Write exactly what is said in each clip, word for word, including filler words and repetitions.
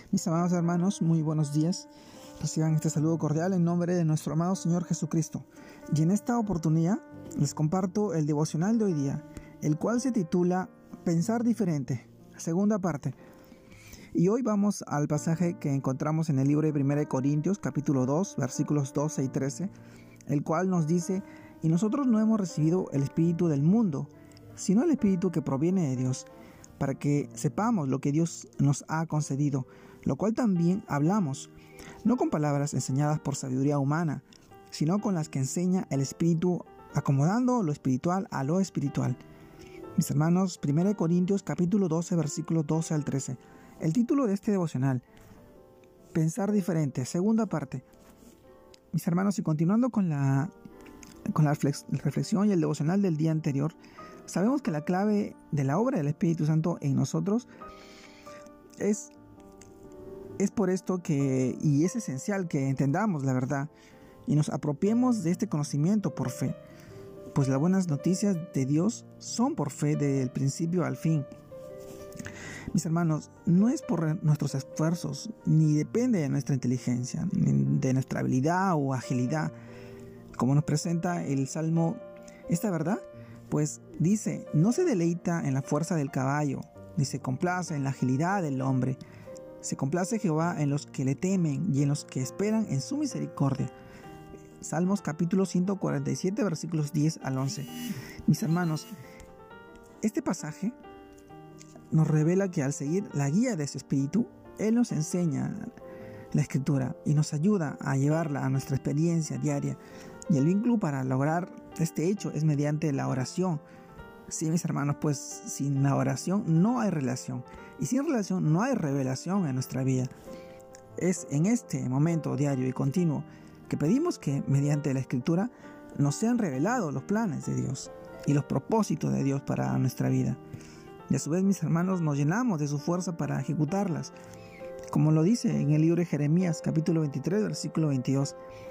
Mis amados hermanos, muy buenos días. Reciban este saludo cordial en nombre de nuestro amado Señor Jesucristo. Y en esta oportunidad les comparto el devocional de hoy día, el cual se titula Pensar diferente, segunda parte. Y hoy vamos al pasaje que encontramos en el libro de primera de Corintios, capítulo dos, versículos doce y trece, el cual nos dice: y nosotros no hemos recibido el espíritu del mundo, sino el espíritu que proviene de Dios, para que sepamos lo que Dios nos ha concedido, lo cual también hablamos, no con palabras enseñadas por sabiduría humana, sino con las que enseña el Espíritu, acomodando lo espiritual a lo espiritual. Mis hermanos, primera de Corintios capítulo doce, versículos doce al trece. El título de este devocional: Pensar diferente, segunda parte. Mis hermanos, y continuando con la, con la reflexión y el devocional del día anterior, sabemos que la clave de la obra del Espíritu Santo en nosotros es, es por esto que, y es esencial que entendamos la verdad y nos apropiemos de este conocimiento por fe, pues las buenas noticias de Dios son por fe desde el principio al fin. Mis hermanos, no es por nuestros esfuerzos, ni depende de nuestra inteligencia, ni de nuestra habilidad o agilidad, como nos presenta el Salmo. Esta verdad pues dice: no se deleita en la fuerza del caballo, ni se complace en la agilidad del hombre. Se complace Jehová en los que le temen y en los que esperan en su misericordia. Salmos capítulo ciento cuarenta y siete, versículos diez al once. Mis hermanos, este pasaje nos revela que al seguir la guía de ese espíritu, Él nos enseña la Escritura y nos ayuda a llevarla a nuestra experiencia diaria. Y el vínculo para lograr este hecho es mediante la oración. Sí, mis hermanos, pues sin la oración no hay relación. Y sin relación no hay revelación en nuestra vida. Es en este momento diario y continuo que pedimos que mediante la Escritura nos sean revelados los planes de Dios y los propósitos de Dios para nuestra vida. Y a su vez, mis hermanos, nos llenamos de su fuerza para ejecutarlas, como lo dice en el libro de Jeremías, capítulo veintitrés, versículo veintidós.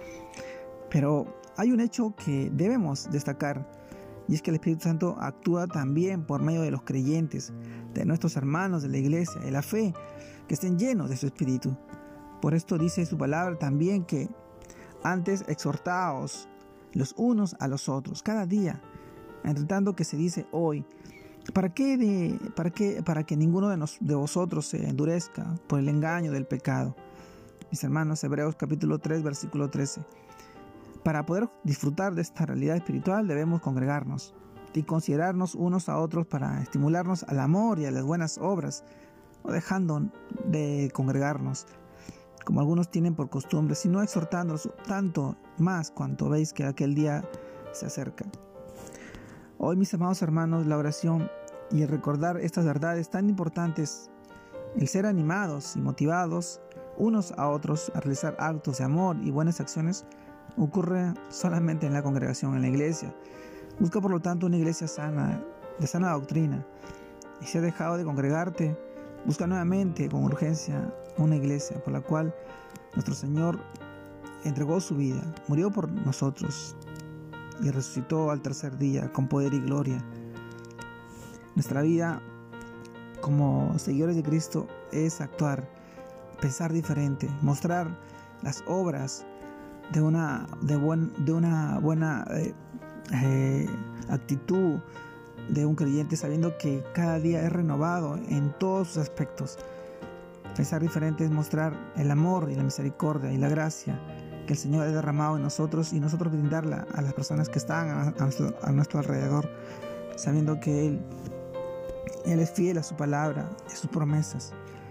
Pero hay un hecho que debemos destacar, y es que el Espíritu Santo actúa también por medio de los creyentes, de nuestros hermanos de la iglesia, de la fe, que estén llenos de su Espíritu. Por esto dice su palabra también que antes exhortaos los unos a los otros cada día, entre tanto que se dice hoy. ¿Para qué? De, para, qué para que ninguno de, nos, de vosotros se endurezca por el engaño del pecado. Mis hermanos, Hebreos capítulo tres, versículo trece. Para poder disfrutar de esta realidad espiritual debemos congregarnos y considerarnos unos a otros para estimularnos al amor y a las buenas obras, no dejando de congregarnos, como algunos tienen por costumbre, sino exhortándonos tanto más cuanto veis que aquel día se acerca. Hoy, mis amados hermanos, la oración y el recordar estas verdades tan importantes, el ser animados y motivados unos a otros a realizar actos de amor y buenas acciones, ocurre solamente en la congregación, en la iglesia. Busca por lo tanto una iglesia sana, de sana doctrina. Y si has dejado de congregarte, busca nuevamente con urgencia una iglesia por la cual nuestro Señor entregó su vida, murió por nosotros y resucitó al tercer día con poder y gloria. Nuestra vida como seguidores de Cristo es actuar, pensar diferente, mostrar las obras de una, de buen, de una buena eh, eh, actitud de un creyente, sabiendo que cada día es renovado en todos sus aspectos. Pensar diferente es mostrar el amor y la misericordia y la gracia que el Señor ha derramado en nosotros y nosotros brindarla a las personas que están a, a, nuestro, a nuestro alrededor, sabiendo que Él, Él es fiel a su palabra y a sus promesas.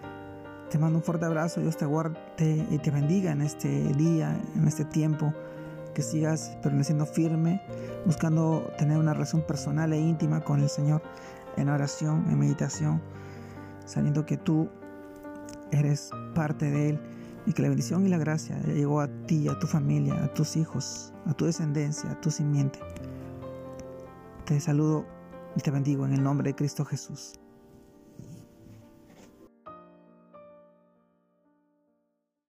Te mando un fuerte abrazo, Dios te guarde y te bendiga en este día, en este tiempo, que sigas permaneciendo firme, buscando tener una relación personal e íntima con el Señor, en oración, en meditación, sabiendo que tú eres parte de Él y que la bendición y la gracia llegó a ti, a tu familia, a tus hijos, a tu descendencia, a tu simiente. Te saludo y te bendigo en el nombre de Cristo Jesús.